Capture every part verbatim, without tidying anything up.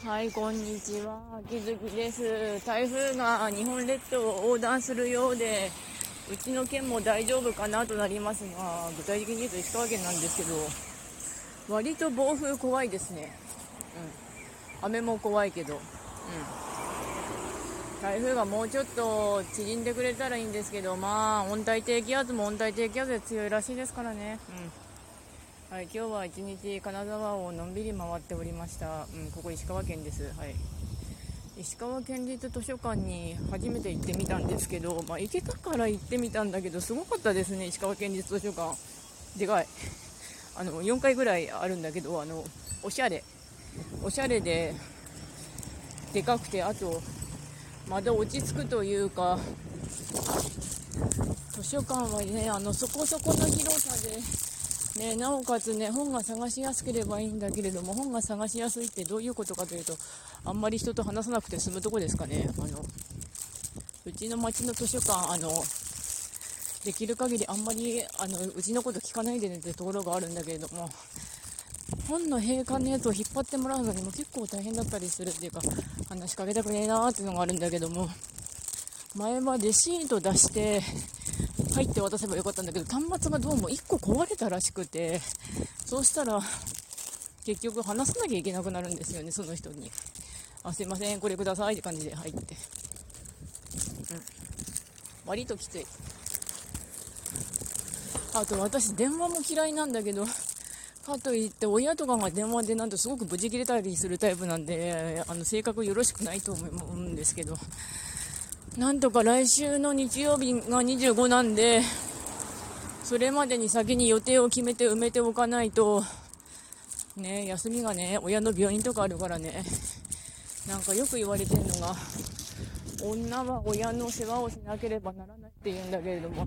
はい、こんにちは。秋月です。台風が日本列島を横断するようで、うちの県も大丈夫かなとなりますが、具体的に言うと石川県なんですけど、割と暴風怖いですね。うん。雨も怖いけど。うん。台風がもうちょっと縮んでくれたらいいんですけど、まあ、温帯低気圧も温帯低気圧で強いらしいですからね。うん。はい、今日は一日金沢をのんびり回っておりました。うん、ここ石川県です。はい。石川県立図書館に初めて行ってみたんですけど、まあ、行けたから行ってみたんだけど、すごかったですね。石川県立図書館でかい。あのよんかいぐらいあるんだけど、あのおしゃれおしゃれででかくて、あとまだ落ち着くというか、図書館はね、あのそこそこの広さで、ね、なおかつね、本が探しやすければいいんだけれども、本が探しやすいってどういうことかというと、あんまり人と話さなくて済むとこですかね。あのうちの町の図書館、あのできる限りあんまりあのうちのこと聞かないでねってところがあるんだけれども、本の閉館のやつを引っ張ってもらうのにも結構大変だったりするっていうか、話しかけたくねえなーっていうのがあるんだけども、前はレシート出して入って渡せばよかったんだけど、端末がどうもいっこ壊れたらしくて、そうしたら結局話さなきゃいけなくなるんですよね、その人に。あ、すいません、これくださいって感じで入って、うん、割ときつい。あと私電話も嫌いなんだけど、かといって親とかが電話でなんとすごくブチ切れたりするタイプなんで、あの性格よろしくないと思うんですけど、なんとか来週の日曜日がにじゅうごなんで、それまでに先に予定を決めて埋めておかないとね、休みがね、親の病院とかあるからね。なんかよく言われてるのが、女は親の世話をしなければならないって言うんだけれども、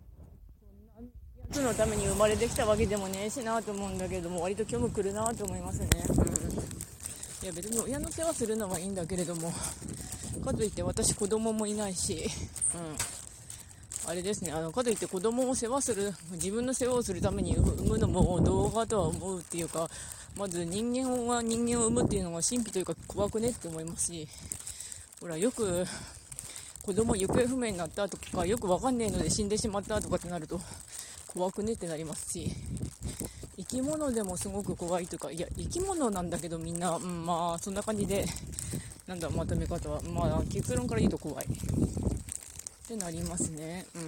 そんなやつのために生まれてきたわけでもねえしなと思うんだけども、割と虚無くるなと思いますね。うん、いや別に親の世話するのはいいんだけれども、かといって私子供もいないし、うん、あれですね、あのかといって子供を世話する、自分の世話をするために産むのもどうかとは思うっていうか、まず人間は人間を産むっていうのが神秘というか怖くねって思いますし、ほらよく子供行方不明になったとか、よくわかんねえので死んでしまったとかってなると怖くねってなりますし、生き物でもすごく怖いというか、いや生き物なんだけどみんな、うん、まあそんな感じで、なんだまとめ方は、まあ結論から言うと怖いってなりますね。うん、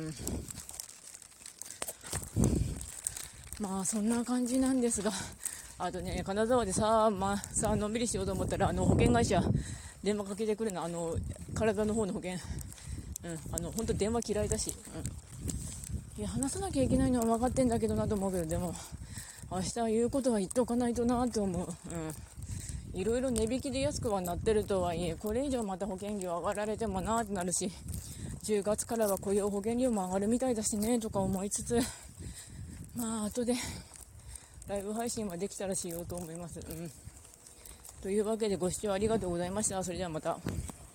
まあそんな感じなんですが、あとね、金沢でさ、まあ、さのんびりしようと思ったら、あの保険会社電話かけてくるの、あの体の方の保険、うん、あの本当電話嫌いだし、うん、いや話さなきゃいけないのは分かってんだけどなと思うけど、でも明日言うことは言っておかないとなと思う。うん、いろいろ値引きで安くはなってるとはいえ、これ以上また保険料上がられてもなってなるし、じゅうがつからは雇用保険料も上がるみたいだしねとか思いつつ、まあ後でライブ配信はできたらしようと思います。うん、というわけでご視聴ありがとうございました。それではまた。